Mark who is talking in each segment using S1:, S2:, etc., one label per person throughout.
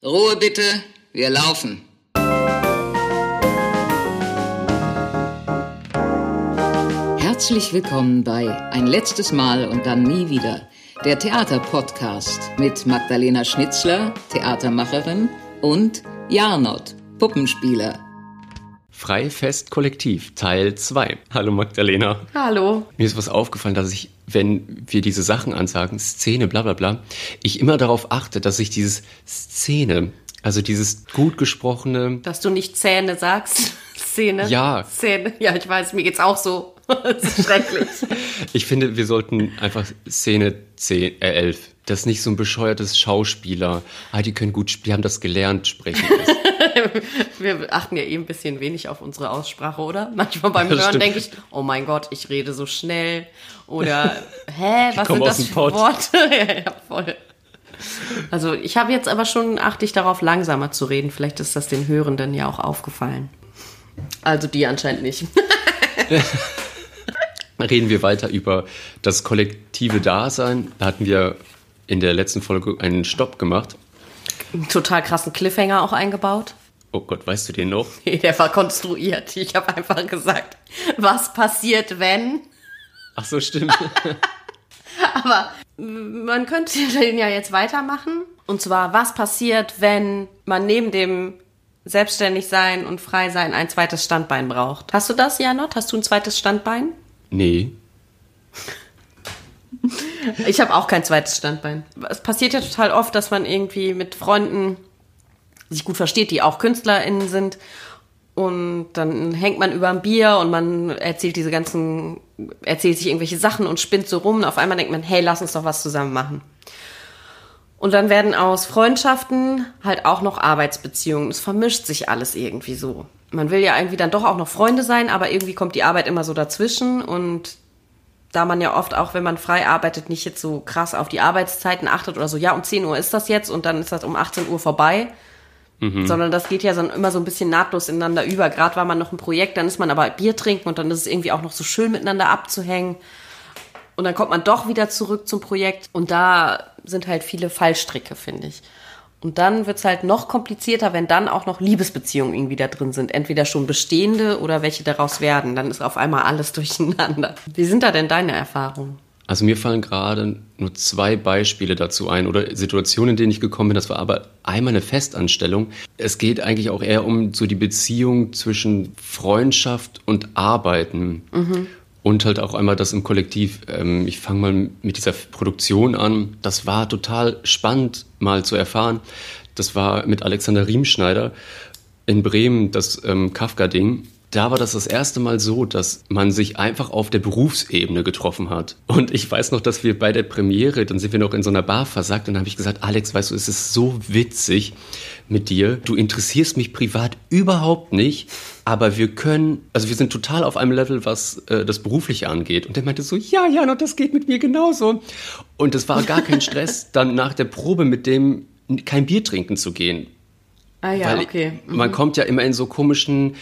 S1: Ruhe bitte, wir laufen. Herzlich willkommen bei Ein letztes Mal und dann nie wieder, der Theaterpodcast mit Magdalena Schnitzler, Theatermacherin, und Jarnot, Puppenspieler.
S2: Frei, fest, kollektiv, Teil 2. Hallo Magdalena.
S3: Hallo.
S2: Mir ist was aufgefallen, dass ich, wenn wir diese Sachen ansagen, Szene, bla bla bla, ich immer darauf achte, dass ich dieses Szene, also dieses gut gesprochene...
S3: Dass du nicht Zähne sagst. Szene.
S2: Ja.
S3: Szene. Ja, ich weiß, mir geht's auch so. Das ist schrecklich.
S2: Ich finde, wir sollten einfach Szene 11. Das ist nicht so ein bescheuertes Schauspieler. Die können gut spielen, haben das gelernt, sprechen.
S3: Wir achten ja ein bisschen wenig auf unsere Aussprache, oder? Manchmal beim Hören denke ich, oh mein Gott, ich rede so schnell. Oder, was sind das für Worte? Ja, voll. Also ich habe jetzt aber schon, achte ich darauf, langsamer zu reden. Vielleicht ist das den Hörenden ja auch aufgefallen. Also die anscheinend nicht.
S2: Reden wir weiter über das kollektive Dasein. Da hatten wir in der letzten Folge einen Stopp gemacht.
S3: Einen total krassen Cliffhanger auch eingebaut.
S2: Oh Gott, weißt du den noch?
S3: Nee, der war konstruiert. Ich habe einfach gesagt, was passiert, wenn...
S2: Ach so, stimmt.
S3: Aber man könnte den ja jetzt weitermachen. Und zwar, was passiert, wenn man neben dem Selbstständigsein und Freisein ein zweites Standbein braucht? Hast du das, Janot? Hast du ein zweites Standbein?
S2: Nee.
S3: Ich habe auch kein zweites Standbein. Es passiert ja total oft, dass man irgendwie mit Freunden sich gut versteht, die auch KünstlerInnen sind. Und dann hängt man über ein Bier und man erzählt sich irgendwelche Sachen und spinnt so rum. Und auf einmal denkt man, hey, lass uns doch was zusammen machen. Und dann werden aus Freundschaften halt auch noch Arbeitsbeziehungen. Es vermischt sich alles irgendwie so. Man will ja irgendwie dann doch auch noch Freunde sein, aber irgendwie kommt die Arbeit immer so dazwischen. Und da man ja oft auch, wenn man frei arbeitet, nicht jetzt so krass auf die Arbeitszeiten achtet oder so, ja, um 10 Uhr ist das jetzt und dann ist das um 18 Uhr vorbei. Sondern das geht ja dann immer so ein bisschen nahtlos ineinander über. Gerade war man noch ein Projekt, dann ist man aber Bier trinken und dann ist es irgendwie auch noch so schön miteinander abzuhängen. Und dann kommt man doch wieder zurück zum Projekt. Und da sind halt viele Fallstricke, finde ich. Und dann wird's halt noch komplizierter, wenn dann auch noch Liebesbeziehungen irgendwie da drin sind. Entweder schon bestehende oder welche daraus werden. Dann ist auf einmal alles durcheinander. Wie sind da denn deine Erfahrungen?
S2: Also mir fallen gerade nur 2 Beispiele dazu ein oder Situationen, in denen ich gekommen bin. Das war aber einmal eine Festanstellung. Es geht eigentlich auch eher um so die Beziehung zwischen Freundschaft und Arbeiten. Und halt auch einmal das im Kollektiv. Ich fange mal mit dieser Produktion an. Das war total spannend mal zu erfahren. Das war mit Alexander Riemschneider in Bremen, das Kafka-Ding. Da war das erste Mal so, dass man sich einfach auf der Berufsebene getroffen hat. Und ich weiß noch, dass wir bei der Premiere, dann sind wir noch in so einer Bar versackt und dann habe ich gesagt, Alex, weißt du, es ist so witzig mit dir. Du interessierst mich privat überhaupt nicht, aber wir sind total auf einem Level, was das Berufliche angeht. Und der meinte so, ja, das geht mit mir genauso. Und es war gar kein Stress, dann nach der Probe mit dem kein Bier trinken zu gehen.
S3: Ah ja,
S2: weil
S3: okay.
S2: Man kommt ja immer in so komischen...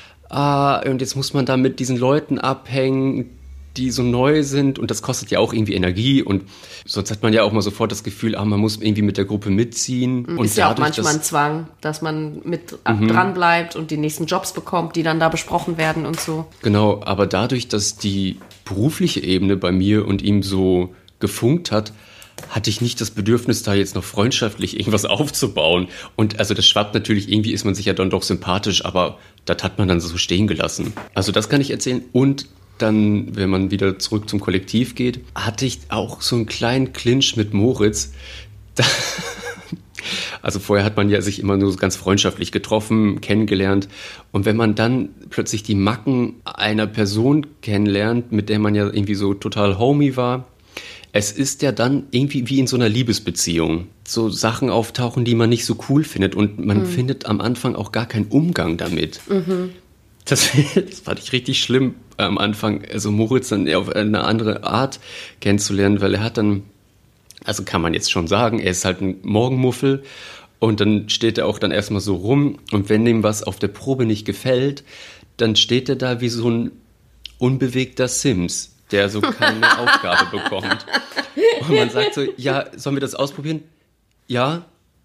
S2: und jetzt muss man da mit diesen Leuten abhängen, die so neu sind und das kostet ja auch irgendwie Energie und sonst hat man ja auch mal sofort das Gefühl, man muss irgendwie mit der Gruppe mitziehen. Und
S3: ist ja auch manchmal ein Zwang, dass man mit dran bleibt und die nächsten Jobs bekommt, die dann da besprochen werden und so.
S2: Genau, aber dadurch, dass die berufliche Ebene bei mir und ihm so gefunkt hat, hatte ich nicht das Bedürfnis, da jetzt noch freundschaftlich irgendwas aufzubauen. Und also das schwappt natürlich, irgendwie ist man sich ja dann doch sympathisch, aber das hat man dann so stehen gelassen. Also das kann ich erzählen. Und dann, wenn man wieder zurück zum Kollektiv geht, hatte ich auch so einen kleinen Clinch mit Moritz. Also vorher hat man ja sich immer nur so ganz freundschaftlich getroffen, kennengelernt. Und wenn man dann plötzlich die Macken einer Person kennenlernt, mit der man ja irgendwie so total homie war, es ist ja dann irgendwie wie in so einer Liebesbeziehung. So Sachen auftauchen, die man nicht so cool findet. Und man findet am Anfang auch gar keinen Umgang damit. Das fand ich richtig schlimm am Anfang. Also Moritz dann auf eine andere Art kennenzulernen, weil er hat dann, also kann man jetzt schon sagen, er ist halt ein Morgenmuffel. Und dann steht er auch dann erstmal so rum. Und wenn ihm was auf der Probe nicht gefällt, dann steht er da wie so ein unbewegter Sims, der so keine Aufgabe bekommt. Und man sagt so, ja, sollen wir das ausprobieren? Ja,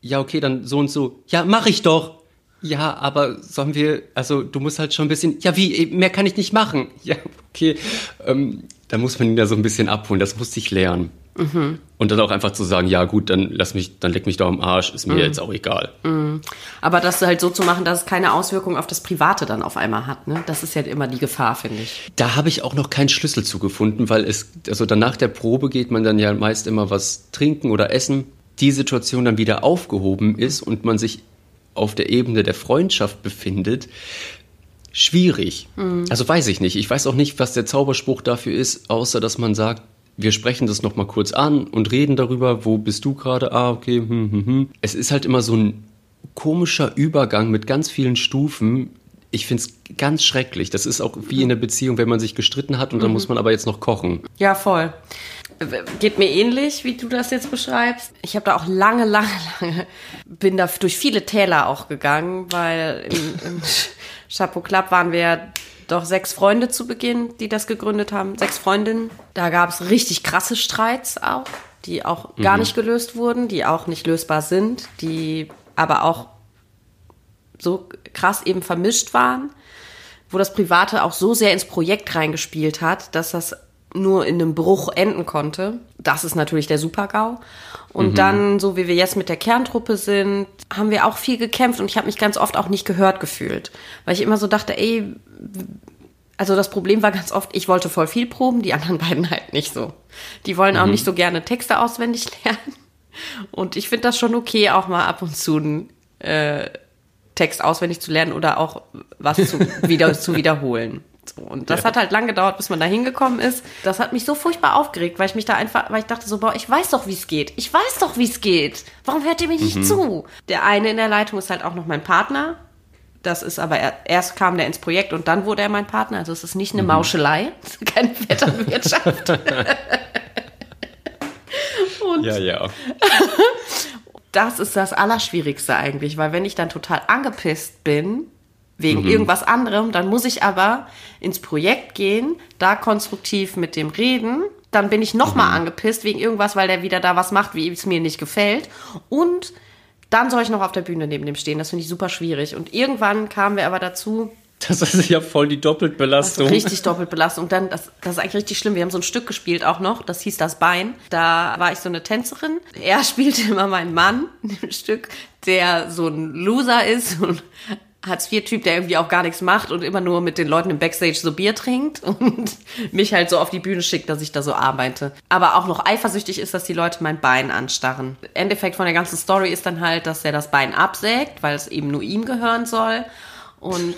S2: ja, okay, dann so und so. Ja, mach ich doch. Ja, aber sollen wir, also du musst halt schon ein bisschen, ja wie, mehr kann ich nicht machen. Ja, okay, da muss man ihn da so ein bisschen abholen, das musste ich lernen. Und dann auch einfach zu sagen, ja gut, dann leck mich doch am Arsch, ist mir jetzt auch egal.
S3: Aber das halt so zu machen, dass es keine Auswirkungen auf das Private dann auf einmal hat, ne? Das ist ja immer die Gefahr, finde ich.
S2: Da habe ich auch noch keinen Schlüssel zu gefunden, weil also dann nach der Probe geht man dann ja meist immer was trinken oder essen. Die Situation dann wieder aufgehoben ist und man sich auf der Ebene der Freundschaft befindet, schwierig. Also weiß ich nicht. Ich weiß auch nicht, was der Zauberspruch dafür ist, außer dass man sagt, wir sprechen das nochmal kurz an und reden darüber, wo bist du gerade? Ah, okay. Es ist halt immer so ein komischer Übergang mit ganz vielen Stufen. Ich finde es ganz schrecklich. Das ist auch wie in einer Beziehung, wenn man sich gestritten hat und dann muss man aber jetzt noch kochen.
S3: Ja, voll. Geht mir ähnlich, wie du das jetzt beschreibst. Ich habe da auch lange, bin da durch viele Täler auch gegangen, weil im Chapeau Club waren wir doch 6 Freunde zu Beginn, die das gegründet haben. 6 Freundinnen. Da gab es richtig krasse Streits auch, die auch gar nicht gelöst wurden, die auch nicht lösbar sind, die aber auch so krass eben vermischt waren, wo das Private auch so sehr ins Projekt reingespielt hat, dass das nur in einem Bruch enden konnte. Das ist natürlich der Super-GAU. Und dann, so wie wir jetzt mit der Kerntruppe sind, haben wir auch viel gekämpft und ich habe mich ganz oft auch nicht gehört gefühlt. Weil ich immer so dachte, also das Problem war ganz oft, ich wollte voll viel proben, die anderen beiden halt nicht so. Die wollen auch nicht so gerne Texte auswendig lernen. Und ich finde das schon okay, auch mal ab und zu einen Text auswendig zu lernen oder auch was zu wiederholen. So, und das hat halt lang gedauert, bis man da hingekommen ist. Das hat mich so furchtbar aufgeregt, weil ich dachte so, boah, ich weiß doch, wie es geht. Warum hört ihr mir nicht zu? Der eine in der Leitung ist halt auch noch mein Partner. Das ist aber, erst kam der ins Projekt und dann wurde er mein Partner. Also es ist nicht eine Mauschelei, es ist keine Vetternwirtschaft. Und
S2: ja.
S3: Das ist das Allerschwierigste eigentlich, weil wenn ich dann total angepisst bin, wegen irgendwas anderem, dann muss ich aber ins Projekt gehen, da konstruktiv mit dem reden, dann bin ich nochmal angepisst wegen irgendwas, weil der wieder da was macht, wie es mir nicht gefällt und dann soll ich noch auf der Bühne neben dem stehen, das finde ich super schwierig und irgendwann kamen wir aber dazu,
S2: das ist ja voll die Doppelbelastung.
S3: Also richtig Doppelbelastung. Und dann, das ist eigentlich richtig schlimm. Wir haben so ein Stück gespielt auch noch, das hieß Das Bein. Da war ich so eine Tänzerin. Er spielte immer meinen Mann in dem Stück, der so ein Loser ist und Hartz-IV-Typ, der irgendwie auch gar nichts macht und immer nur mit den Leuten im Backstage so Bier trinkt und mich halt so auf die Bühne schickt, dass ich da so arbeite. Aber auch noch eifersüchtig ist, dass die Leute mein Bein anstarren. Endeffekt von der ganzen Story ist dann halt, dass er das Bein absägt, weil es eben nur ihm gehören soll und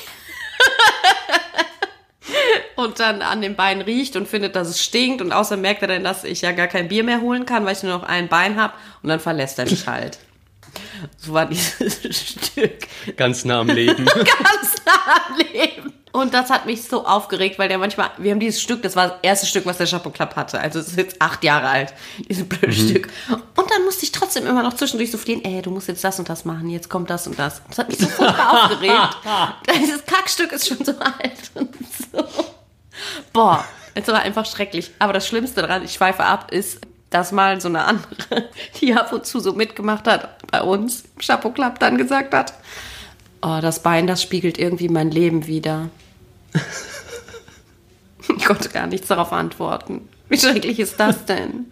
S3: und dann an dem Bein riecht und findet, dass es stinkt und außerdem merkt er dann, dass ich ja gar kein Bier mehr holen kann, weil ich nur noch ein Bein habe und dann verlässt er mich halt. So war dieses Stück.
S2: Ganz nah am Leben.
S3: Ganz nah am Leben. Und das hat mich so aufgeregt, weil wir haben dieses Stück, das war das erste Stück, was der Chapeau Club hatte. Also es ist jetzt 8 Jahre alt, dieses blöde Stück. Und dann musste ich trotzdem immer noch zwischendurch so fliehen, du musst jetzt das und das machen, jetzt kommt das und das. Das hat mich so furchtbar aufgeregt. Dieses Kackstück ist schon so alt und so. Boah, es war einfach schrecklich. Aber das Schlimmste daran, ich schweife ab, ist, dass mal so eine andere, die ab und zu so mitgemacht hat, bei uns im Chapeau Club dann gesagt hat, oh, das Bein, das spiegelt irgendwie mein Leben wider. Ich konnte gar nichts darauf antworten. Wie schrecklich ist das denn?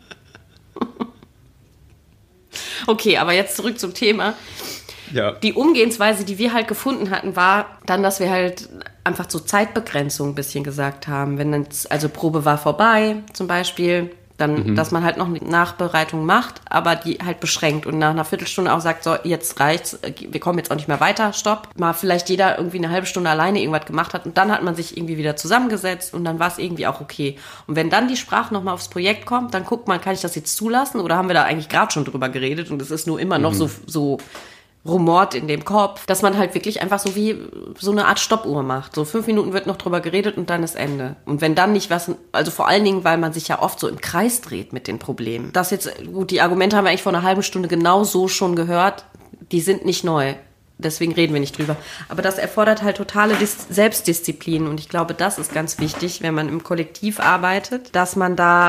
S3: Okay, aber jetzt zurück zum Thema.
S2: Ja.
S3: Die Umgehensweise, die wir halt gefunden hatten, war dann, dass wir halt einfach zur Zeitbegrenzung ein bisschen gesagt haben. Wenn dann, also Probe war vorbei zum Beispiel, dann, dass man halt noch eine Nachbereitung macht, aber die halt beschränkt und nach einer Viertelstunde auch sagt, so, jetzt reicht's, wir kommen jetzt auch nicht mehr weiter, stopp. Mal vielleicht jeder irgendwie eine halbe Stunde alleine irgendwas gemacht hat und dann hat man sich irgendwie wieder zusammengesetzt und dann war es irgendwie auch okay. Und wenn dann die Sprache nochmal aufs Projekt kommt, dann guckt man, kann ich das jetzt zulassen oder haben wir da eigentlich gerade schon drüber geredet und es ist nur immer noch so rumort in dem Kopf, dass man halt wirklich einfach so wie so eine Art Stoppuhr macht. So 5 Minuten wird noch drüber geredet und dann ist Ende. Und wenn dann nicht was, also vor allen Dingen, weil man sich ja oft so im Kreis dreht mit den Problemen. Das jetzt, gut, die Argumente haben wir eigentlich vor einer halben Stunde genau so schon gehört. Die sind nicht neu. Deswegen reden wir nicht drüber. Aber das erfordert halt totale Selbstdisziplin. Und ich glaube, das ist ganz wichtig, wenn man im Kollektiv arbeitet, dass man da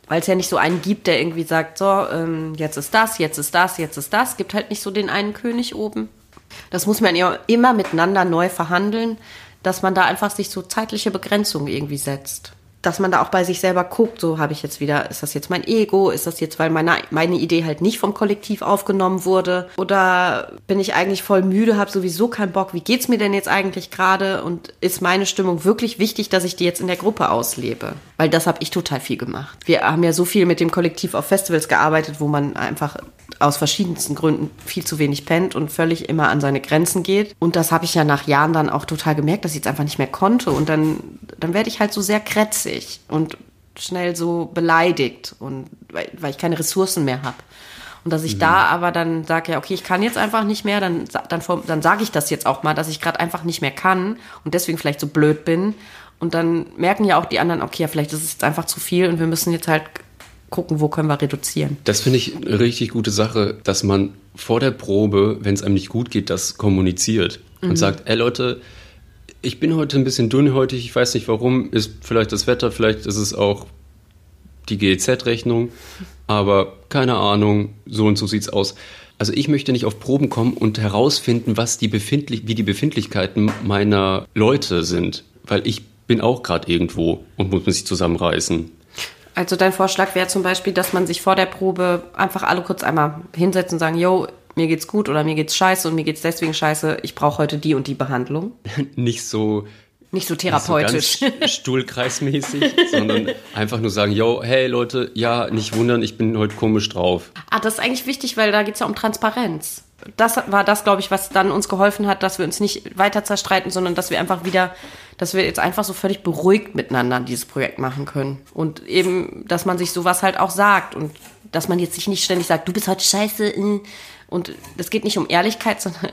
S3: weil es ja nicht so einen gibt, der irgendwie sagt, so, jetzt ist das, jetzt ist das, jetzt ist das. Gibt halt nicht so den einen König oben. Das muss man ja immer miteinander neu verhandeln, dass man da einfach sich so zeitliche Begrenzungen irgendwie setzt. Dass man da auch bei sich selber guckt, so habe ich jetzt wieder, ist das jetzt mein Ego, ist das jetzt, weil meine Idee halt nicht vom Kollektiv aufgenommen wurde, oder bin ich eigentlich voll müde, habe sowieso keinen Bock, wie geht's mir denn jetzt eigentlich gerade und ist meine Stimmung wirklich wichtig, dass ich die jetzt in der Gruppe auslebe? Weil das habe ich total viel gemacht. Wir haben ja so viel mit dem Kollektiv auf Festivals gearbeitet, wo man einfach aus verschiedensten Gründen viel zu wenig pennt und völlig immer an seine Grenzen geht. Und das habe ich ja nach Jahren dann auch total gemerkt, dass ich jetzt einfach nicht mehr konnte. Und dann werde ich halt so sehr krätzig und schnell so beleidigt, und weil ich keine Ressourcen mehr habe. Und dass ich da aber dann sage, ja, okay, ich kann jetzt einfach nicht mehr, dann sage ich das jetzt auch mal, dass ich gerade einfach nicht mehr kann und deswegen vielleicht so blöd bin. Und dann merken ja auch die anderen, okay, ja, vielleicht ist es jetzt einfach zu viel und wir müssen jetzt halt gucken, wo können wir reduzieren. Das finde ich eine richtig gute Sache, dass man vor der Probe, wenn es einem nicht gut geht, das kommuniziert und sagt, ey Leute, ich bin heute ein bisschen dünnhäutig, ich weiß nicht warum, ist vielleicht das Wetter, vielleicht ist es auch die GEZ-Rechnung, aber keine Ahnung, so und so sieht's aus. Also ich möchte nicht auf Proben kommen und herausfinden, wie die Befindlichkeiten meiner Leute sind, weil ich bin auch gerade irgendwo und muss mich zusammenreißen. Also dein Vorschlag wäre zum Beispiel, dass man sich vor der Probe einfach alle kurz einmal hinsetzt und sagen, yo, mir geht's gut oder mir geht's scheiße und mir geht's deswegen scheiße, ich brauche heute die und die Behandlung. Nicht so therapeutisch. Nicht so ganz stuhlkreismäßig, sondern einfach nur sagen, yo, hey Leute, ja, nicht wundern, ich bin heute komisch drauf. Das ist eigentlich wichtig, weil da geht's ja um Transparenz. Das war das, glaube ich, was dann uns geholfen hat, dass wir uns nicht weiter zerstreiten, sondern dass wir jetzt einfach so völlig beruhigt miteinander dieses Projekt machen können. Und eben, dass man sich sowas halt auch sagt und dass man jetzt sich nicht ständig sagt, du bist heute scheiße. Und es geht nicht um Ehrlichkeit, sondern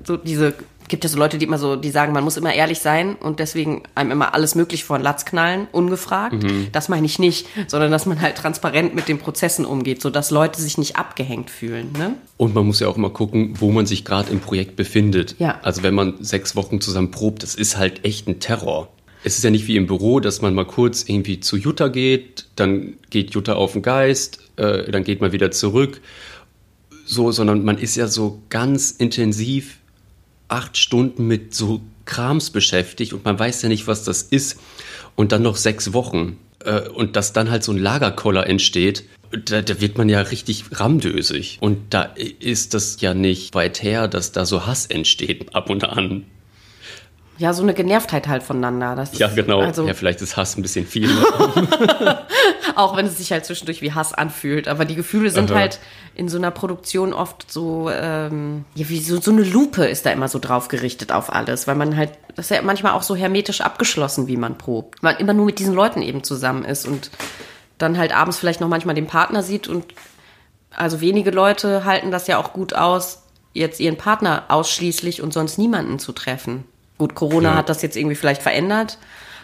S3: gibt ja so Leute, die sagen, man muss immer ehrlich sein und deswegen einem immer alles möglich vor den Latz knallen, ungefragt. Das meine ich nicht, sondern dass man halt transparent mit den Prozessen umgeht, sodass Leute sich nicht abgehängt fühlen. Ne? Und man muss ja auch immer gucken, wo man sich gerade im Projekt befindet. Ja. Also wenn man 6 Wochen zusammen probt, das ist halt echt ein Terror. Es ist ja nicht wie im Büro, dass man mal kurz irgendwie zu Jutta geht, dann geht Jutta auf den Geist, dann geht man wieder zurück. So, sondern man ist ja so ganz intensiv 8 Stunden mit so Krams beschäftigt und man weiß ja nicht, was das ist. Und dann noch 6 Wochen. Und dass dann halt so ein Lagerkoller entsteht, da wird man ja richtig ramdösig. Und da ist das ja nicht weit her, dass da so Hass entsteht ab und an. Ja, so eine Genervtheit halt voneinander. Ja, genau. Also, ja, vielleicht ist Hass ein bisschen viel. Auch wenn es sich halt zwischendurch wie Hass anfühlt. Aber die Gefühle sind halt in so einer Produktion oft so, wie so eine Lupe ist da immer so drauf gerichtet auf alles. Weil man halt, das ist ja manchmal auch so hermetisch abgeschlossen, wie man probt. Man immer nur mit diesen Leuten eben zusammen ist und dann halt abends vielleicht noch manchmal den Partner sieht. Und also wenige Leute halten das ja auch gut aus, jetzt ihren Partner ausschließlich und sonst niemanden zu treffen. Gut, Corona hat das jetzt irgendwie vielleicht verändert,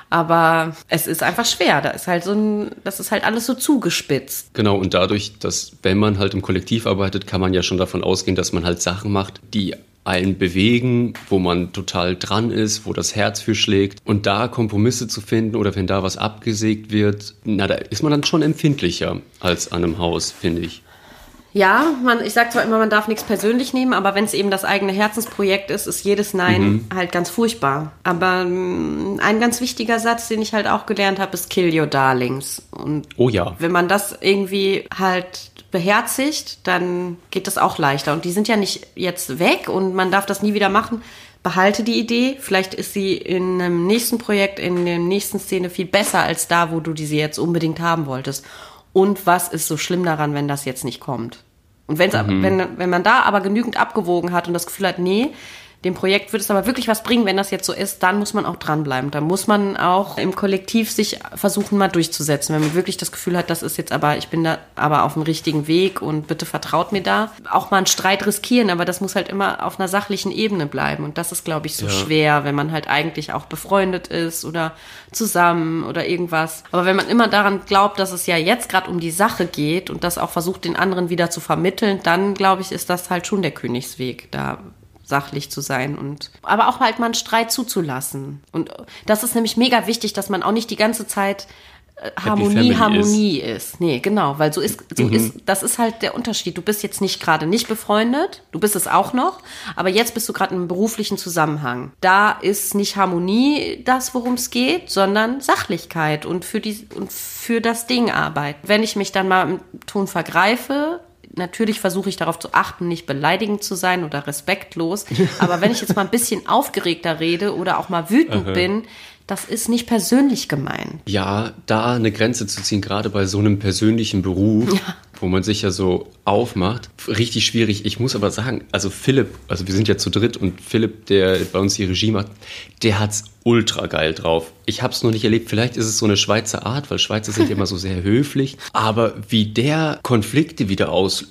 S3: aber es ist einfach schwer. Das ist halt alles so zugespitzt. Genau, und dadurch, dass, wenn man halt im Kollektiv arbeitet, kann man ja schon davon ausgehen, dass man halt Sachen macht, die einen bewegen, wo man total dran ist, wo das Herz für schlägt. Und da Kompromisse zu finden oder wenn da was abgesägt wird, da ist man dann schon empfindlicher als an einem Haus, finde ich. Ja, ich sage zwar immer, man darf nichts persönlich nehmen, aber wenn es eben das eigene Herzensprojekt ist, ist jedes Nein halt ganz furchtbar. Aber ein ganz wichtiger Satz, den ich halt auch gelernt habe, ist Kill your darlings. Und wenn man das irgendwie halt beherzigt, dann geht das auch leichter. Und die sind ja nicht jetzt weg und man darf das nie wieder machen. Behalte die Idee, vielleicht ist sie in einem nächsten Projekt, in der nächsten Szene viel besser als da, wo du sie jetzt unbedingt haben wolltest. Und was ist so schlimm daran, wenn das jetzt nicht kommt? Und wenn man da aber genügend abgewogen hat und das Gefühl hat, nee, dem Projekt wird es aber wirklich was bringen, wenn das jetzt so ist, dann muss man auch dranbleiben. Da muss man auch im Kollektiv sich versuchen, mal durchzusetzen. Wenn man wirklich das Gefühl hat, das ist jetzt aber, ich bin da aber auf dem richtigen Weg und bitte vertraut mir da. Auch mal einen Streit riskieren, aber das muss halt immer auf einer sachlichen Ebene bleiben. Und das ist, glaube ich, so schwer, wenn man halt eigentlich auch befreundet ist oder zusammen oder irgendwas. Aber wenn man immer daran glaubt, dass es ja jetzt gerade um die Sache geht und das auch versucht, den anderen wieder zu vermitteln, dann, glaube ich, ist das halt schon der Königsweg, da sachlich zu sein aber auch halt mal einen Streit zuzulassen. Und das ist nämlich mega wichtig, dass man auch nicht die ganze Zeit Harmonie ist. Nee, genau, weil das ist halt der Unterschied. Du bist jetzt nicht gerade nicht befreundet, du bist es auch noch, aber jetzt bist du gerade in einem beruflichen Zusammenhang. Da ist nicht Harmonie das, worum es geht, sondern Sachlichkeit und für das Ding Arbeit. Wenn ich mich dann mal im Ton vergreife, natürlich versuche ich darauf zu achten, nicht beleidigend zu sein oder respektlos, aber wenn ich jetzt mal ein bisschen aufgeregter rede oder auch mal wütend bin, das ist nicht persönlich gemeint.
S2: Ja, da eine Grenze zu ziehen, gerade bei so einem persönlichen Beruf, wo man sich ja so aufmacht, richtig schwierig. Ich muss aber sagen, also Philipp, also wir sind ja zu dritt und Philipp, der bei uns die Regie macht, der hat's ultra geil drauf. Ich hab's noch nicht erlebt, vielleicht ist es so eine Schweizer Art, weil Schweizer sind ja immer so sehr höflich, aber wie der Konflikte wieder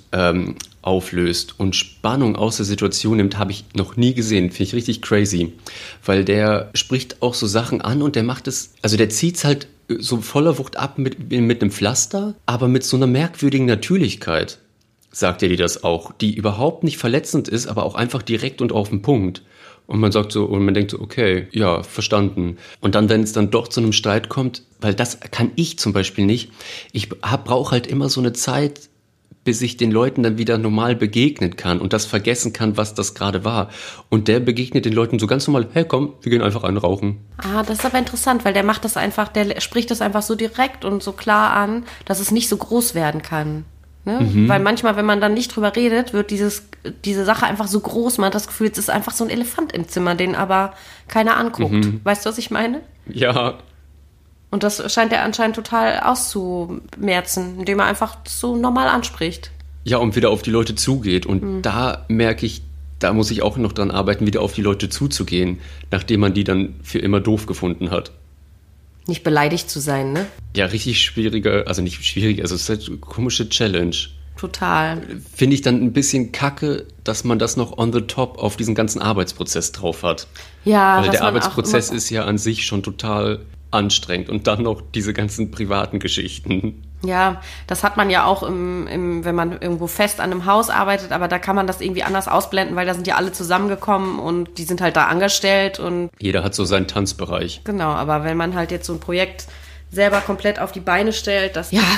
S2: auflöst und Spannung aus der Situation nimmt, habe ich noch nie gesehen. Finde ich richtig crazy, weil der spricht auch so Sachen an und der macht es, also der zieht's halt so voller Wucht ab mit einem Pflaster, aber mit so einer merkwürdigen Natürlichkeit, sagt er dir das auch, die überhaupt nicht verletzend ist, aber auch einfach direkt und auf den Punkt. Und man sagt so, und man denkt so, okay, ja, verstanden. Und dann, wenn es dann doch zu einem Streit kommt, weil das kann ich zum Beispiel nicht, ich brauche halt immer so eine Zeit, bis ich den Leuten dann wieder normal begegnen kann und das vergessen kann, was das gerade war. Und der begegnet den Leuten so ganz normal, hey komm, wir gehen einfach rauchen.
S3: Das ist aber interessant, weil der macht das einfach, der spricht das einfach so direkt und so klar an, dass es nicht so groß werden kann. Ne? Weil manchmal, wenn man dann nicht drüber redet, wird diese Sache einfach so groß, man hat das Gefühl, es ist einfach so ein Elefant im Zimmer, den aber keiner anguckt. Weißt du, was ich meine?
S2: Ja.
S3: Und das scheint er anscheinend total auszumerzen, indem er einfach so normal anspricht.
S2: Ja, und wieder auf die Leute zugeht. Und da merke ich, da muss ich auch noch dran arbeiten, wieder auf die Leute zuzugehen, nachdem man die dann für immer doof gefunden hat.
S3: Nicht beleidigt zu sein, ne?
S2: Ja, richtig schwieriger, also nicht schwierig, also es ist halt eine komische Challenge.
S3: Total.
S2: Finde ich dann ein bisschen kacke, dass man das noch on the top auf diesen ganzen Arbeitsprozess drauf hat.
S3: Ja,
S2: weil der Arbeitsprozess ist ja an sich schon total anstrengend und dann noch diese ganzen privaten Geschichten.
S3: Ja, das hat man ja auch wenn man irgendwo fest an einem Haus arbeitet, aber da kann man das irgendwie anders ausblenden, weil da sind ja alle zusammengekommen und die sind halt da angestellt und
S2: jeder hat so seinen Tanzbereich.
S3: Genau, aber wenn man halt jetzt so ein Projekt selber komplett auf die Beine stellt,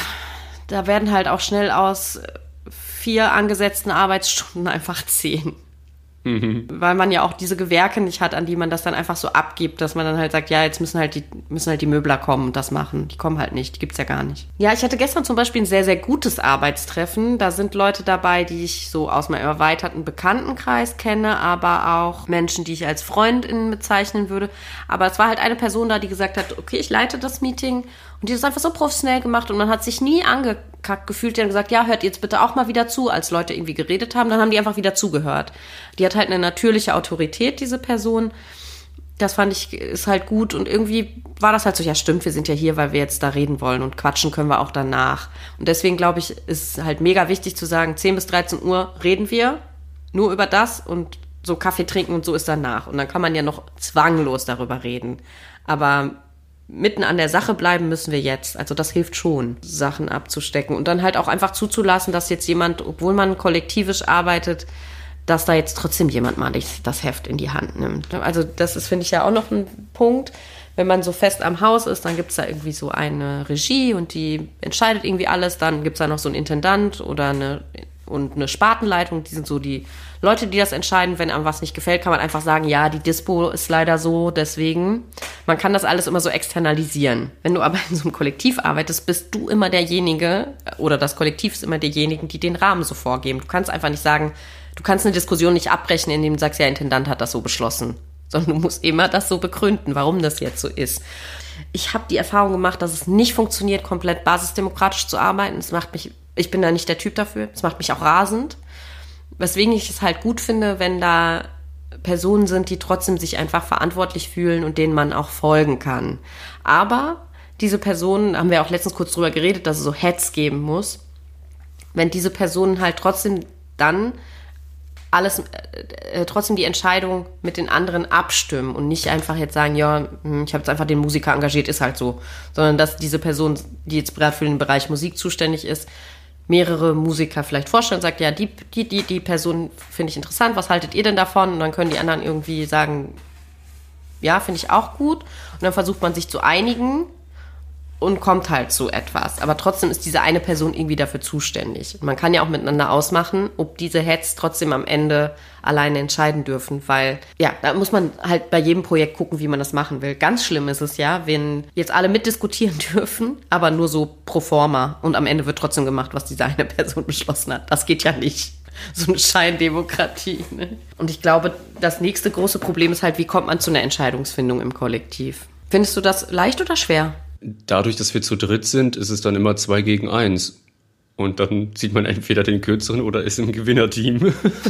S3: da werden halt auch schnell aus 4 angesetzten Arbeitsstunden einfach 10. Weil man ja auch diese Gewerke nicht hat, an die man das dann einfach so abgibt, dass man dann halt sagt, ja, jetzt müssen halt die Möbler kommen und das machen. Die kommen halt nicht, die gibt's ja gar nicht. Ja, ich hatte gestern zum Beispiel ein sehr, sehr gutes Arbeitstreffen. Da sind Leute dabei, die ich so aus meinem erweiterten Bekanntenkreis kenne, aber auch Menschen, die ich als FreundInnen bezeichnen würde. Aber es war halt eine Person da, die gesagt hat, okay, ich leite das Meeting. Und die hat es einfach so professionell gemacht und man hat sich nie angekackt gefühlt. Die haben gesagt, ja, hört jetzt bitte auch mal wieder zu, als Leute irgendwie geredet haben. Dann haben die einfach wieder zugehört. Die hat halt eine natürliche Autorität, diese Person. Das fand ich, ist halt gut. Und irgendwie war das halt so, ja stimmt, wir sind ja hier, weil wir jetzt da reden wollen und quatschen können wir auch danach. Und deswegen, glaube ich, ist halt mega wichtig zu sagen, 10 bis 13 Uhr reden wir nur über das und so Kaffee trinken und so ist danach. Und dann kann man ja noch zwanglos darüber reden. Aber mitten an der Sache bleiben müssen wir jetzt. Also das hilft schon, Sachen abzustecken und dann halt auch einfach zuzulassen, dass jetzt jemand, obwohl man kollektivisch arbeitet, dass da jetzt trotzdem jemand mal das Heft in die Hand nimmt. Also das ist, finde ich, ja auch noch ein Punkt. Wenn man so fest am Haus ist, dann gibt's da irgendwie so eine Regie und die entscheidet irgendwie alles. Dann gibt's da noch so einen Intendant oder eine Spartenleitung. Die sind so die Leute, die das entscheiden. Wenn einem was nicht gefällt, kann man einfach sagen, ja, die Dispo ist leider so, deswegen. Man kann das alles immer so externalisieren. Wenn du aber in so einem Kollektiv arbeitest, bist du immer derjenige, oder das Kollektiv ist immer derjenige, die den Rahmen so vorgeben. Du kannst einfach nicht sagen, du kannst eine Diskussion nicht abbrechen, indem du sagst, ja, Intendant hat das so beschlossen. Sondern du musst immer das so begründen, warum das jetzt so ist. Ich habe die Erfahrung gemacht, dass es nicht funktioniert, komplett basisdemokratisch zu arbeiten. Ich bin da nicht der Typ dafür. Es macht mich auch rasend. Weswegen ich es halt gut finde, wenn da Personen sind, die trotzdem sich einfach verantwortlich fühlen und denen man auch folgen kann. Aber diese Personen, haben wir auch letztens kurz drüber geredet, dass es so Heads geben muss. Wenn diese Personen halt trotzdem dann trotzdem die Entscheidung mit den anderen abstimmen und nicht einfach jetzt sagen, ja, ich habe jetzt einfach den Musiker engagiert, ist halt so. Sondern dass diese Person, die jetzt gerade für den Bereich Musik zuständig ist, mehrere Musiker vielleicht vorstellen und sagt, ja, die Person finde ich interessant, was haltet ihr denn davon? Und dann können die anderen irgendwie sagen, ja, finde ich auch gut. Und dann versucht man sich zu einigen und kommt halt zu etwas. Aber trotzdem ist diese eine Person irgendwie dafür zuständig. Man kann ja auch miteinander ausmachen, ob diese Heads trotzdem am Ende alleine entscheiden dürfen, weil, ja, da muss man halt bei jedem Projekt gucken, wie man das machen will. Ganz schlimm ist es ja, wenn jetzt alle mitdiskutieren dürfen, aber nur so pro forma und am Ende wird trotzdem gemacht, was diese eine Person beschlossen hat. Das geht ja nicht. So eine Scheindemokratie. Ne? Und ich glaube, das nächste große Problem ist halt, wie kommt man zu einer Entscheidungsfindung im Kollektiv? Findest du das leicht oder schwer?
S2: Dadurch, dass wir zu dritt sind, ist es dann immer 2 gegen 1. Und dann zieht man entweder den Kürzeren oder ist im Gewinnerteam.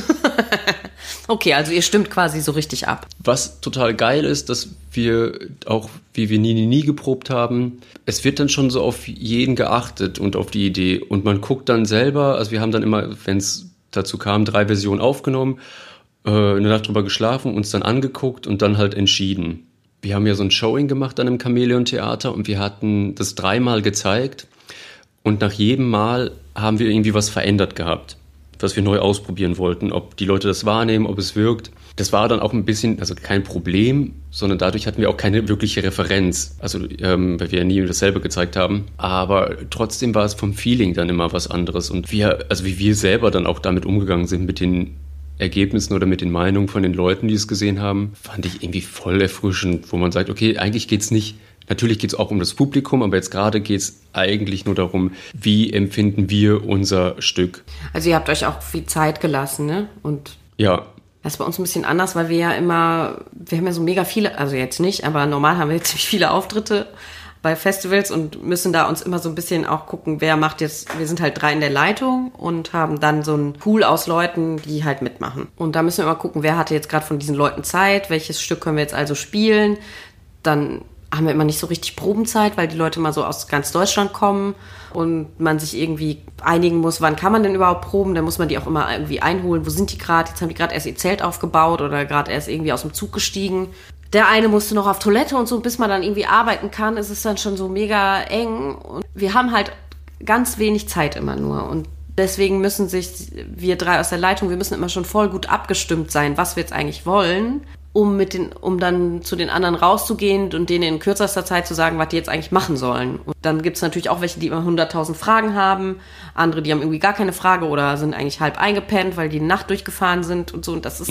S3: Okay, also ihr stimmt quasi so richtig ab.
S2: Was total geil ist, dass wir auch, wie wir nie geprobt haben, es wird dann schon so auf jeden geachtet und auf die Idee. Und man guckt dann selber, also wir haben dann immer, wenn es dazu kam, 3 Versionen aufgenommen, eine Nacht drüber geschlafen, uns dann angeguckt und dann halt entschieden. Wir haben ja so ein Showing gemacht an einem Chamäleon-Theater und wir hatten das 3-mal gezeigt und nach jedem Mal haben wir irgendwie was verändert gehabt, was wir neu ausprobieren wollten, ob die Leute das wahrnehmen, ob es wirkt. Das war dann auch ein bisschen, also kein Problem, sondern dadurch hatten wir auch keine wirkliche Referenz, also weil wir ja nie dasselbe gezeigt haben. Aber trotzdem war es vom Feeling dann immer was anderes und wie wir selber dann auch damit umgegangen sind mit den Ergebnissen oder mit den Meinungen von den Leuten, die es gesehen haben, fand ich irgendwie voll erfrischend, wo man sagt, okay, eigentlich geht's nicht, natürlich geht's auch um das Publikum, aber jetzt gerade geht's eigentlich nur darum, wie empfinden wir unser Stück.
S3: Also ihr habt euch auch viel Zeit gelassen, ne? Und
S2: ja.
S3: Das ist bei uns ein bisschen anders, weil wir haben ja so mega viele, also jetzt nicht, aber normal haben wir jetzt ziemlich viele Auftritte bei Festivals und müssen da uns immer so ein bisschen auch gucken, wer macht jetzt, wir sind halt 3 in der Leitung und haben dann so einen Pool aus Leuten, die halt mitmachen. Und da müssen wir immer gucken, wer hatte jetzt gerade von diesen Leuten Zeit, welches Stück können wir jetzt also spielen. Dann haben wir immer nicht so richtig Probenzeit, weil die Leute mal so aus ganz Deutschland kommen und man sich irgendwie einigen muss, wann kann man denn überhaupt proben, dann muss man die auch immer irgendwie einholen, wo sind die gerade, jetzt haben die gerade erst ihr Zelt aufgebaut oder gerade erst irgendwie aus dem Zug gestiegen. Der eine musste noch auf Toilette und so, bis man dann irgendwie arbeiten kann, ist es dann schon so mega eng und wir haben halt ganz wenig Zeit immer nur und deswegen müssen sich wir 3 aus der Leitung, wir müssen immer schon voll gut abgestimmt sein, was wir jetzt eigentlich wollen, um dann zu den anderen rauszugehen und denen in kürzester Zeit zu sagen, was die jetzt eigentlich machen sollen. Und dann gibt es natürlich auch welche, die immer 100.000 Fragen haben, andere, die haben irgendwie gar keine Frage oder sind eigentlich halb eingepennt, weil die Nacht durchgefahren sind und so. Und das ist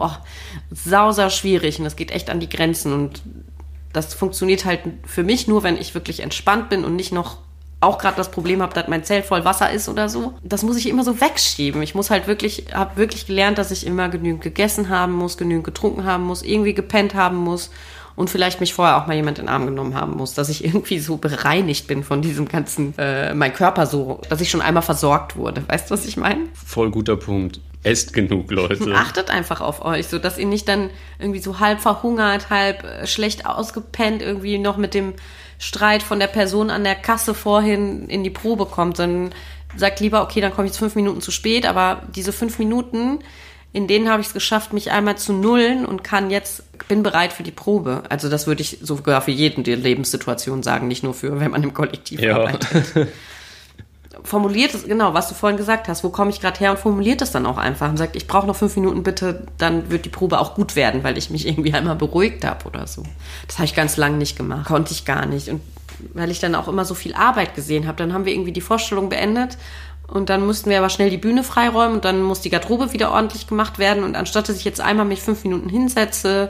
S3: sauser schwierig und das geht echt an die Grenzen. Und das funktioniert halt für mich nur, wenn ich wirklich entspannt bin und nicht noch auch gerade das Problem habe, dass mein Zelt voll Wasser ist oder so. Das muss ich immer so wegschieben. Ich muss halt habe wirklich gelernt, dass ich immer genügend gegessen haben muss, genügend getrunken haben muss, irgendwie gepennt haben muss und vielleicht mich vorher auch mal jemand in den Arm genommen haben muss, dass ich irgendwie so bereinigt bin von diesem ganzen, mein Körper so, dass ich schon einmal versorgt wurde. Weißt du, was ich meine?
S2: Voll guter Punkt. Esst genug, Leute.
S3: Achtet einfach auf euch, so dass ihr nicht dann irgendwie so halb verhungert, halb schlecht ausgepennt, irgendwie noch mit dem Streit von der Person an der Kasse vorhin in die Probe kommt, sondern sagt lieber, okay, dann komme ich jetzt 5 Minuten zu spät, aber diese 5 Minuten, in denen habe ich es geschafft, mich einmal zu nullen und bin bereit für die Probe. Also das würde ich sogar für jeden die Lebenssituation sagen, nicht nur für, wenn man im Kollektiv arbeitet. Formuliert es, genau, was du vorhin gesagt hast, wo komme ich gerade her und formuliert es dann auch einfach und sagt, ich brauche noch 5 Minuten bitte, dann wird die Probe auch gut werden, weil ich mich irgendwie einmal beruhigt habe oder so. Das habe ich ganz lange nicht gemacht, konnte ich gar nicht und weil ich dann auch immer so viel Arbeit gesehen habe, dann haben wir irgendwie die Vorstellung beendet und dann mussten wir aber schnell die Bühne freiräumen und dann muss die Garderobe wieder ordentlich gemacht werden und anstatt dass ich jetzt einmal mich 5 Minuten hinsetze,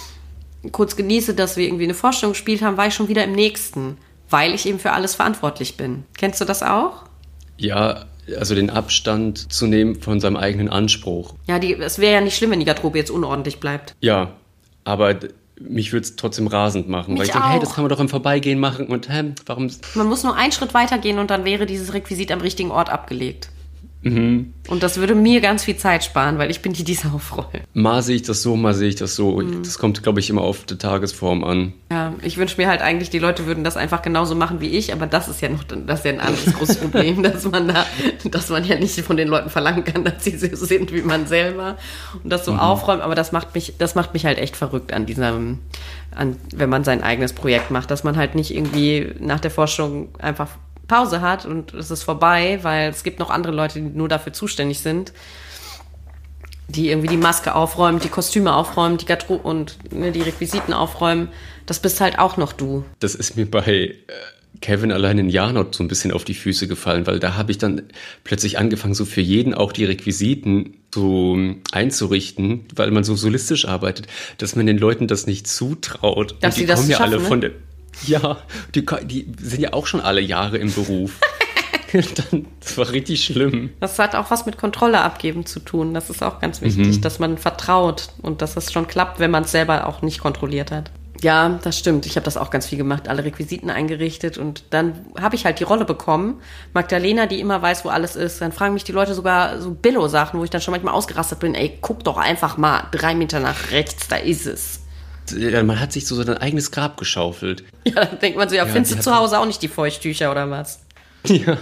S3: kurz genieße, dass wir irgendwie eine Vorstellung gespielt haben, war ich schon wieder im nächsten, weil ich eben für alles verantwortlich bin. Kennst du das auch?
S2: Ja, also den Abstand zu nehmen von seinem eigenen Anspruch.
S3: Ja, es wäre ja nicht schlimm, wenn die Garderobe jetzt unordentlich bleibt.
S2: Ja, aber mich würde es trotzdem rasend machen, weil ich denke, hey, das kann man doch im Vorbeigehen machen und warum...
S3: Man muss nur einen Schritt weitergehen und dann wäre dieses Requisit am richtigen Ort abgelegt.
S2: Mhm.
S3: Und das würde mir ganz viel Zeit sparen, weil ich bin die aufrolle.
S2: Mal sehe ich das so, mal sehe ich das so. Das kommt, glaube ich, immer auf die Tagesform an.
S3: Ja, ich wünsche mir halt eigentlich, die Leute würden das einfach genauso machen wie ich, aber das ist ja ein anderes großes Problem, dass man ja nicht von den Leuten verlangen kann, dass sie so sind wie man selber und das so aufräumt, aber das macht mich halt echt verrückt wenn man sein eigenes Projekt macht, dass man halt nicht irgendwie nach der Forschung einfach Pause hat und es ist vorbei, weil es gibt noch andere Leute, die nur dafür zuständig sind, die irgendwie die Maske aufräumen, die Kostüme aufräumen, die Garderobe und die Requisiten aufräumen. Das bist halt auch noch du.
S2: Das ist mir bei Kevin allein in Janot so ein bisschen auf die Füße gefallen, weil da habe ich dann plötzlich angefangen, so für jeden auch die Requisiten so einzurichten, weil man so solistisch arbeitet, dass man den Leuten das nicht zutraut.
S3: Dass
S2: und die
S3: sie das
S2: kommen ja
S3: schaffen,
S2: alle
S3: ne?
S2: von der. Ja, die sind ja auch schon alle Jahre im Beruf. Das war richtig schlimm.
S3: Das hat auch was mit Kontrolle abgeben zu tun. Das ist auch ganz wichtig, dass man vertraut und dass es schon klappt, wenn man es selber auch nicht kontrolliert hat. Ja, das stimmt. Ich habe das auch ganz viel gemacht, alle Requisiten eingerichtet und dann habe ich halt die Rolle bekommen. Magdalena, die immer weiß, wo alles ist. Dann fragen mich die Leute sogar so Billo-Sachen, wo ich dann schon manchmal ausgerastet bin. Ey, guck doch einfach mal 3 Meter nach rechts, da ist es.
S2: Ja, man hat sich so sein eigenes Grab geschaufelt.
S3: Ja, dann denkt man so, ja findest du zu Hause auch nicht die Feuchttücher oder was?
S2: Ja,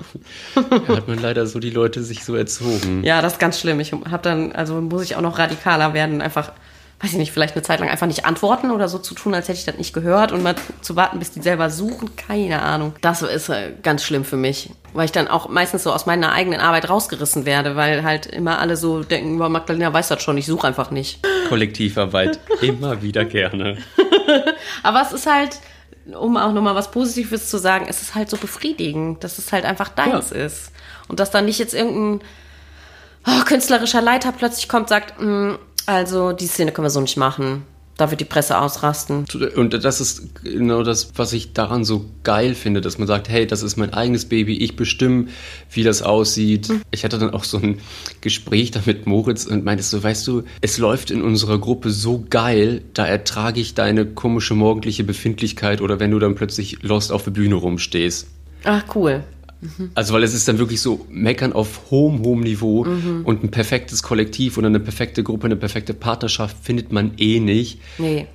S2: da hat man leider so die Leute sich so erzogen.
S3: Ja, das ist ganz schlimm. Ich habe dann, also muss ich auch noch radikaler werden, einfach, weiß ich nicht, vielleicht eine Zeit lang einfach nicht antworten oder so zu tun, als hätte ich das nicht gehört und mal zu warten, bis die selber suchen, keine Ahnung. Das ist ganz schlimm für mich, weil ich dann auch meistens so aus meiner eigenen Arbeit rausgerissen werde, weil halt immer alle so denken, Magdalena weiß das schon, ich suche einfach nicht.
S2: Kollektivarbeit, immer wieder gerne.
S3: Aber es ist halt, um auch nochmal was Positives zu sagen, es ist halt so befriedigend, dass es halt einfach deins ist. Und dass dann nicht jetzt irgendein künstlerischer Leiter plötzlich kommt, sagt, also die Szene können wir so nicht machen. Da wird die Presse ausrasten.
S2: Und das ist genau das, was ich daran so geil finde, dass man sagt, hey, das ist mein eigenes Baby, ich bestimme, wie das aussieht. Ich hatte dann auch so ein Gespräch da mit Moritz und meinte so, weißt du, es läuft in unserer Gruppe so geil, da ertrage ich deine komische morgendliche Befindlichkeit oder wenn du dann plötzlich lost auf der Bühne rumstehst.
S3: Ach, cool.
S2: Also, weil es ist dann wirklich so Meckern auf hohem Niveau und ein perfektes Kollektiv oder eine perfekte Gruppe, eine perfekte Partnerschaft findet man eh nicht.
S3: Nee.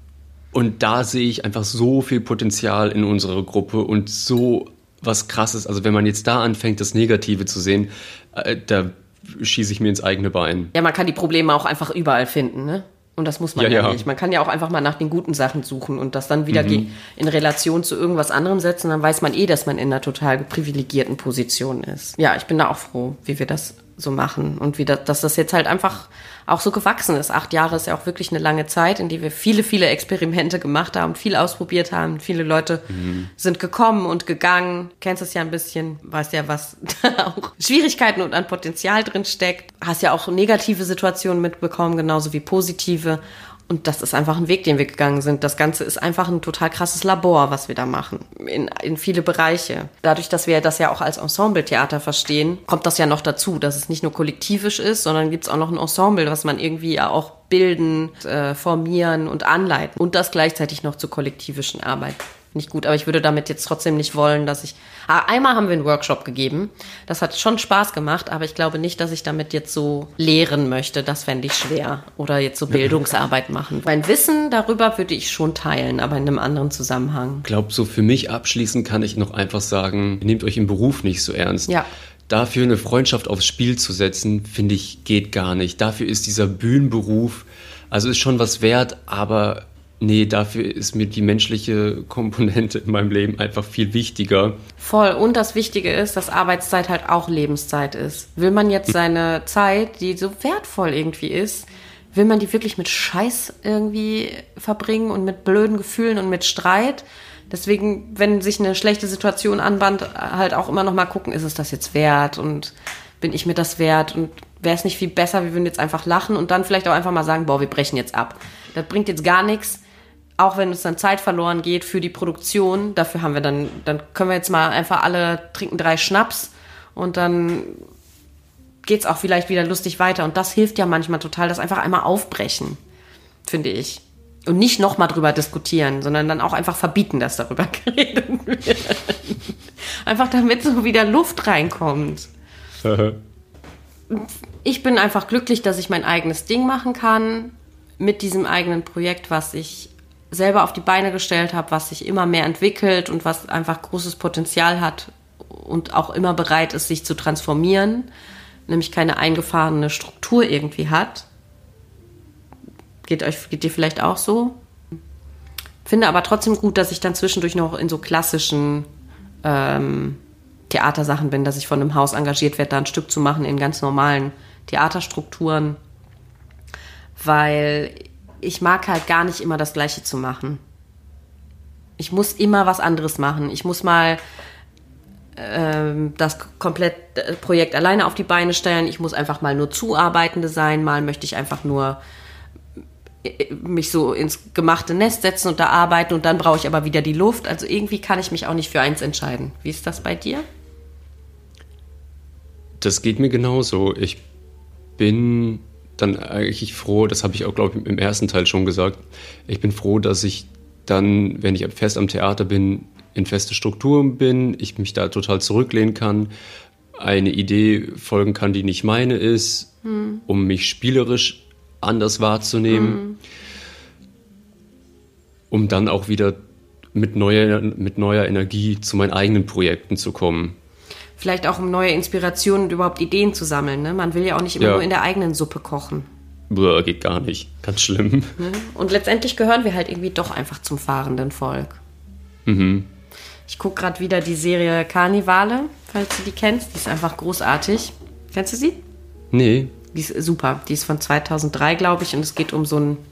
S2: Und da sehe ich einfach so viel Potenzial in unserer Gruppe und so was Krasses. Also, wenn man jetzt da anfängt, das Negative zu sehen, da schieße ich mir ins eigene Bein.
S3: Ja, man kann die Probleme auch einfach überall finden, ne? Und das muss man ja nicht. Man kann ja auch einfach mal nach den guten Sachen suchen und das dann wieder in Relation zu irgendwas anderem setzen. Dann weiß man dass man in einer total privilegierten Position ist. Ja, ich bin da auch froh, wie wir das so machen und dass das jetzt halt einfach auch so gewachsen ist. 8 Jahre ist ja auch wirklich eine lange Zeit, in der wir viele, viele Experimente gemacht haben, viel ausprobiert haben. Viele Leute sind gekommen und gegangen. Kennst es ja ein bisschen, weißt ja, was da auch Schwierigkeiten und an Potenzial drin steckt. Hast ja auch negative Situationen mitbekommen, genauso wie positive. Und das ist einfach ein Weg, den wir gegangen sind. Das Ganze ist einfach ein total krasses Labor, was wir da machen. In viele Bereiche. Dadurch, dass wir das ja auch als Ensemble-Theater verstehen, kommt das ja noch dazu, dass es nicht nur kollektivisch ist, sondern gibt es auch noch ein Ensemble, was man irgendwie auch bilden, formieren und anleiten. Und das gleichzeitig noch zur kollektivischen Arbeit. Nicht gut, aber ich würde damit jetzt trotzdem nicht wollen, dass ich... Einmal haben wir einen Workshop gegeben. Das hat schon Spaß gemacht, aber ich glaube nicht, dass ich damit jetzt so lehren möchte. Das fände ich schwer. Oder jetzt so Bildungsarbeit machen. Mein Wissen darüber würde ich schon teilen, aber in einem anderen Zusammenhang.
S2: Ich glaube, so für mich abschließend kann ich noch einfach sagen, nehmt euch im Beruf nicht so ernst.
S3: Ja.
S2: Dafür eine Freundschaft aufs Spiel zu setzen, finde ich, geht gar nicht. Dafür ist dieser Bühnenberuf, also ist schon was wert, aber... Nee, dafür ist mir die menschliche Komponente in meinem Leben einfach viel wichtiger.
S3: Voll. Und das Wichtige ist, dass Arbeitszeit halt auch Lebenszeit ist. Will man jetzt seine Zeit, die so wertvoll irgendwie ist, will man die wirklich mit Scheiß irgendwie verbringen und mit blöden Gefühlen und mit Streit? Deswegen, wenn sich eine schlechte Situation anbahnt, halt auch immer noch mal gucken, ist es das jetzt wert und bin ich mir das wert und wäre es nicht viel besser, wir würden jetzt einfach lachen und dann vielleicht auch einfach mal sagen, boah, wir brechen jetzt ab. Das bringt jetzt gar nichts. Auch wenn uns dann Zeit verloren geht für die Produktion, dafür haben wir dann können wir jetzt mal einfach alle trinken 3 Schnaps und dann geht's auch vielleicht wieder lustig weiter. Und das hilft ja manchmal total, das einfach einmal aufbrechen, finde ich. Und nicht nochmal drüber diskutieren, sondern dann auch einfach verbieten, dass darüber geredet wird. Einfach damit so wieder Luft reinkommt. Ich bin einfach glücklich, dass ich mein eigenes Ding machen kann mit diesem eigenen Projekt, was ich selber auf die Beine gestellt habe, was sich immer mehr entwickelt und was einfach großes Potenzial hat und auch immer bereit ist, sich zu transformieren, nämlich keine eingefahrene Struktur irgendwie hat. Geht dir vielleicht auch so? Finde aber trotzdem gut, dass ich dann zwischendurch noch in so klassischen Theatersachen bin, dass ich von einem Haus engagiert werde, da ein Stück zu machen in ganz normalen Theaterstrukturen, weil ich mag halt gar nicht immer das Gleiche zu machen. Ich muss immer was anderes machen. Ich muss mal das komplette Projekt alleine auf die Beine stellen. Ich muss einfach mal nur Zuarbeitende sein. Mal möchte ich einfach nur mich so ins gemachte Nest setzen und da arbeiten und dann brauche ich aber wieder die Luft. Also irgendwie kann ich mich auch nicht für eins entscheiden. Wie ist das bei dir?
S2: Das geht mir genauso. Ich bin dann eigentlich froh, das habe ich auch, glaube ich, im ersten Teil schon gesagt, ich bin froh, dass ich dann, wenn ich fest am Theater bin, in feste Strukturen bin, ich mich da total zurücklehnen kann, eine Idee folgen kann, die nicht meine ist, um mich spielerisch anders wahrzunehmen, um dann auch wieder mit neuer Energie zu meinen eigenen Projekten zu kommen.
S3: Vielleicht auch um neue Inspirationen und überhaupt Ideen zu sammeln. Ne? Man will ja auch nicht immer nur in der eigenen Suppe kochen.
S2: Boah, geht gar nicht. Ganz schlimm.
S3: Ne? Und letztendlich gehören wir halt irgendwie doch einfach zum fahrenden Volk.
S2: Mhm.
S3: Ich gucke gerade wieder die Serie Karnivale, falls du die kennst. Die ist einfach großartig. Kennst du sie?
S2: Nee.
S3: Die ist super. Die ist von 2003, glaube ich. Und es geht um so einen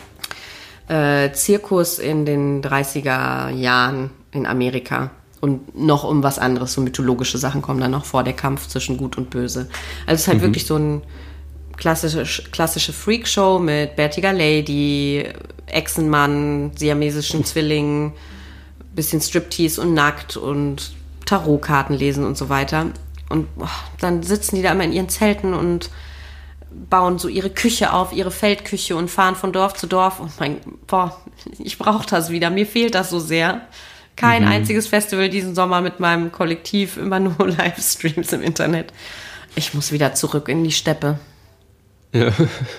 S3: Zirkus in den 30er Jahren in Amerika. Und noch um was anderes. So mythologische Sachen kommen dann noch vor. Der Kampf zwischen Gut und Böse. Also es ist halt wirklich so ein klassische Freakshow mit bärtiger Lady, Echsenmann, siamesischen Zwillingen, bisschen Striptease und nackt und Tarotkarten lesen und so weiter. Und dann sitzen die da immer in ihren Zelten und bauen so ihre Küche auf, ihre Feldküche und fahren von Dorf zu Dorf. Und ich brauche das wieder. Mir fehlt das so sehr. Kein einziges Festival diesen Sommer mit meinem Kollektiv, immer nur Livestreams im Internet. Ich muss wieder zurück in die Steppe.
S2: Ja.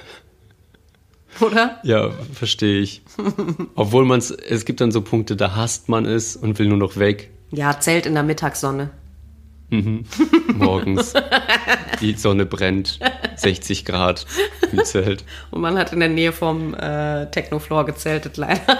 S3: Oder?
S2: Ja, verstehe ich. Obwohl es gibt dann so Punkte, da hasst man es und will nur noch weg.
S3: Ja, Zelt in der Mittagssonne.
S2: Morgens. Die Sonne brennt. 60 Grad im Zelt.
S3: Und man hat in der Nähe vom Technofloor gezeltet, leider.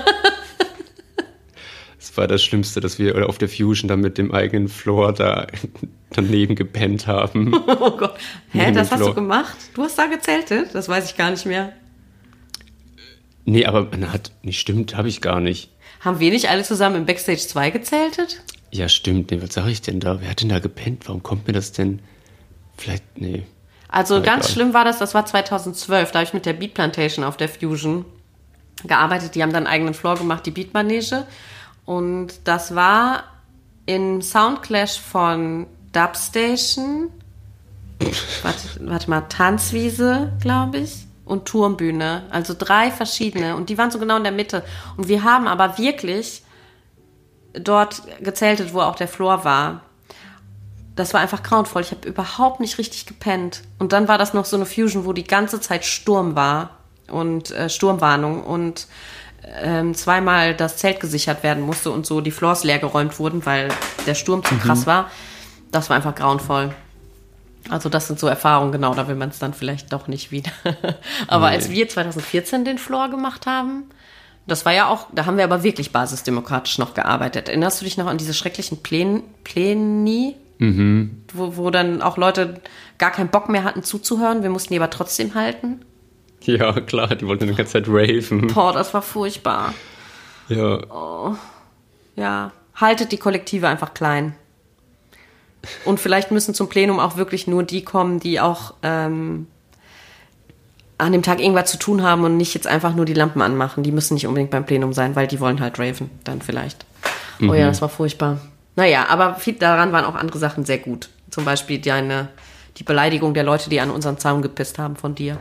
S2: Das war das Schlimmste, dass wir auf der Fusion dann mit dem eigenen Floor da daneben gepennt haben.
S3: Oh Gott. Hä, das hast du gemacht? Du hast da gezeltet? Das weiß ich gar nicht mehr.
S2: Nee, aber nicht stimmt, habe ich gar nicht.
S3: Haben wir nicht alle zusammen im Backstage 2 gezeltet?
S2: Ja, stimmt. Nee, was sage ich denn da? Wer hat denn da gepennt? Warum kommt mir das denn? Vielleicht, nee.
S3: Also
S2: aber
S3: ganz
S2: egal.
S3: schlimm war das war 2012. Da habe ich mit der Beat Plantation auf der Fusion gearbeitet. Die haben dann einen eigenen Floor gemacht, die Beat Manege. Und das war im Soundclash von Dubstation, warte mal, Tanzwiese, glaube ich, und Turmbühne. Also 3 verschiedene. Und die waren so genau in der Mitte. Und wir haben aber wirklich dort gezeltet, wo auch der Floor war. Das war einfach grauenvoll. Ich habe überhaupt nicht richtig gepennt. Und dann war das noch so eine Fusion, wo die ganze Zeit Sturm war und Sturmwarnung und zweimal das Zelt gesichert werden musste und so die Floors leer geräumt wurden, weil der Sturm zu krass war. Das war einfach grauenvoll. Also das sind so Erfahrungen, genau, da will man es dann vielleicht doch nicht wieder. Aber als wir 2014 den Floor gemacht haben, das war ja auch, da haben wir aber wirklich basisdemokratisch noch gearbeitet. Erinnerst du dich noch an diese schrecklichen Pläni? Wo dann auch Leute gar keinen Bock mehr hatten zuzuhören, wir mussten die aber trotzdem halten?
S2: Ja, klar, die wollten die ganze Zeit raven.
S3: Boah, das war furchtbar.
S2: Ja.
S3: Ja, haltet die Kollektive einfach klein. Und vielleicht müssen zum Plenum auch wirklich nur die kommen, die auch an dem Tag irgendwas zu tun haben und nicht jetzt einfach nur die Lampen anmachen. Die müssen nicht unbedingt beim Plenum sein, weil die wollen halt raven, dann vielleicht. Oh ja, das war furchtbar. Naja, aber viel daran waren auch andere Sachen sehr gut. Zum Beispiel die Beleidigung der Leute, die an unseren Zaun gepisst haben von dir.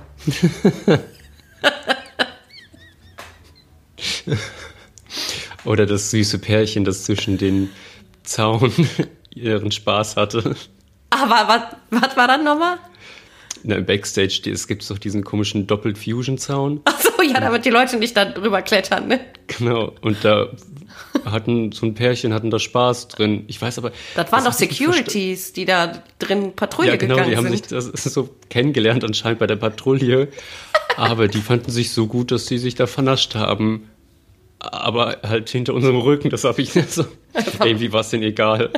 S2: Oder das süße Pärchen, das zwischen den Zaun ihren Spaß hatte.
S3: Aber was war dann nochmal?
S2: Im Backstage, es gibt doch diesen komischen Doppelt-Fusion-Zaun.
S3: Ach so, ja, damit die Leute nicht da drüber klettern, ne?
S2: Genau, und da so ein Pärchen hatten da Spaß drin. Ich weiß aber...
S3: Das waren doch Securities, die da drin Patrouille gegangen sind. Ja, genau,
S2: die haben sich das so kennengelernt anscheinend bei der Patrouille. Aber die fanden sich so gut, dass sie sich da vernascht haben. Aber halt hinter unserem Rücken, das habe ich nicht so... Irgendwie war es denen egal.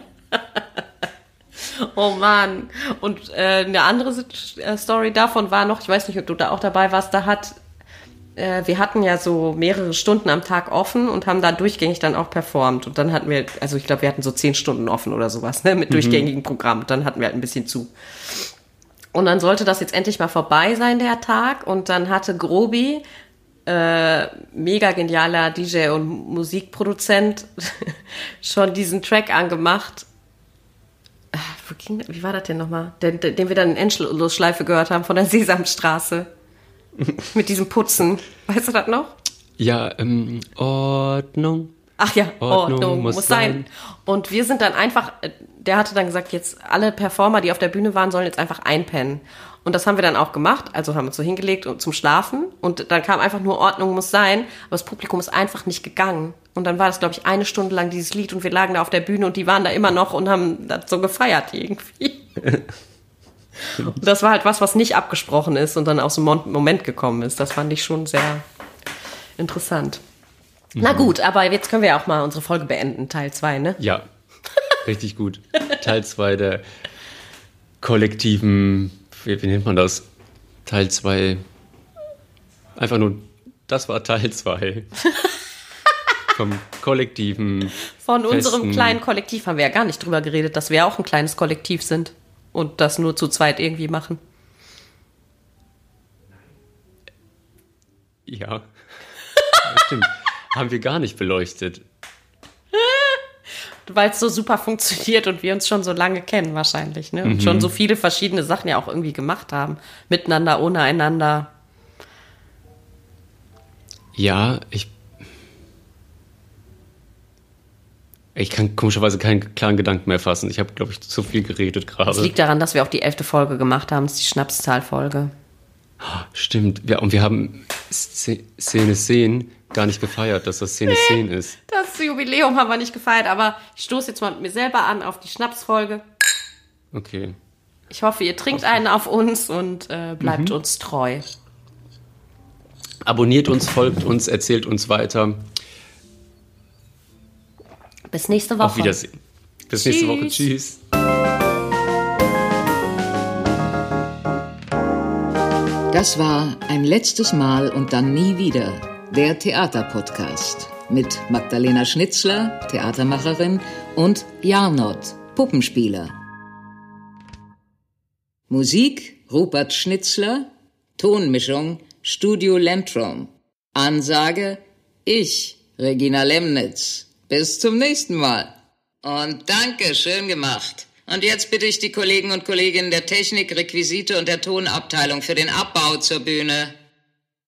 S3: Oh Mann. Und eine andere Story davon war noch, ich weiß nicht, ob du da auch dabei warst, da hat wir hatten ja so mehrere Stunden am Tag offen und haben da durchgängig dann auch performt. Und dann hatten wir, also ich glaube, wir hatten so 10 Stunden offen oder sowas, ne, mit durchgängigem Programm. Und dann hatten wir halt ein bisschen zu. Und dann sollte das jetzt endlich mal vorbei sein, der Tag. Und dann hatte Grobi, mega genialer DJ und Musikproduzent, schon diesen Track angemacht. Wie war das denn nochmal? Den wir dann in Endlosschleife gehört haben von der Sesamstraße. Mit diesem Putzen. Weißt du das noch?
S2: Ja, Ordnung.
S3: Ach ja, Ordnung muss sein. Und wir sind dann einfach, der hatte dann gesagt, jetzt alle Performer, die auf der Bühne waren, sollen jetzt einfach einpennen. Und das haben wir dann auch gemacht, also haben uns so hingelegt und zum Schlafen. Und dann kam einfach nur Ordnung muss sein, aber das Publikum ist einfach nicht gegangen. Und dann war das, glaube ich, 1 Stunde lang dieses Lied und wir lagen da auf der Bühne und die waren da immer noch und haben das so gefeiert irgendwie. Und das war halt was nicht abgesprochen ist und dann aus dem Moment gekommen ist. Das fand ich schon sehr interessant. Na gut, aber jetzt können wir ja auch mal unsere Folge beenden, Teil 2, ne?
S2: Ja, richtig gut. Teil 2 der kollektiven, wie nennt man das? Teil 2, einfach nur, das war Teil 2. Vom kollektiven
S3: Von unserem kleinen Kollektiv haben wir ja gar nicht drüber geredet, dass wir auch ein kleines Kollektiv sind und das nur zu zweit irgendwie machen.
S2: Ja, stimmt. Haben wir gar nicht beleuchtet.
S3: Weil es so super funktioniert und wir uns schon so lange kennen wahrscheinlich, ne? Und schon so viele verschiedene Sachen ja auch irgendwie gemacht haben. Miteinander, ohne einander.
S2: Ja, ich kann komischerweise keinen klaren Gedanken mehr fassen. Ich habe, glaube ich, zu viel geredet gerade.
S3: Das liegt daran, dass wir auch die 11. Folge gemacht haben. Das ist die Schnapszahlfolge.
S2: Stimmt. Ja, und wir haben Szene gar nicht gefeiert, dass das Szene ist.
S3: Das Jubiläum haben wir nicht gefeiert, aber ich stoße jetzt mal mit mir selber an auf die Schnapsfolge.
S2: Okay.
S3: Ich hoffe, ihr trinkt einen auf uns und bleibt uns treu.
S2: Abonniert uns, folgt uns, erzählt uns weiter.
S3: Bis nächste Woche.
S2: Auf Wiedersehen. Bis nächste Woche. Tschüss.
S1: Das war ein letztes Mal und dann nie wieder. Der Theaterpodcast mit Magdalena Schnitzler, Theatermacherin, und Jarnot, Puppenspieler. Musik Rupert Schnitzler, Tonmischung Studio Lentrum. Ansage ich, Regina Lemnitz. Bis zum nächsten Mal. Und danke, schön gemacht. Und jetzt bitte ich die Kollegen und Kolleginnen der Technik, Requisite und der Tonabteilung für den Abbau zur Bühne.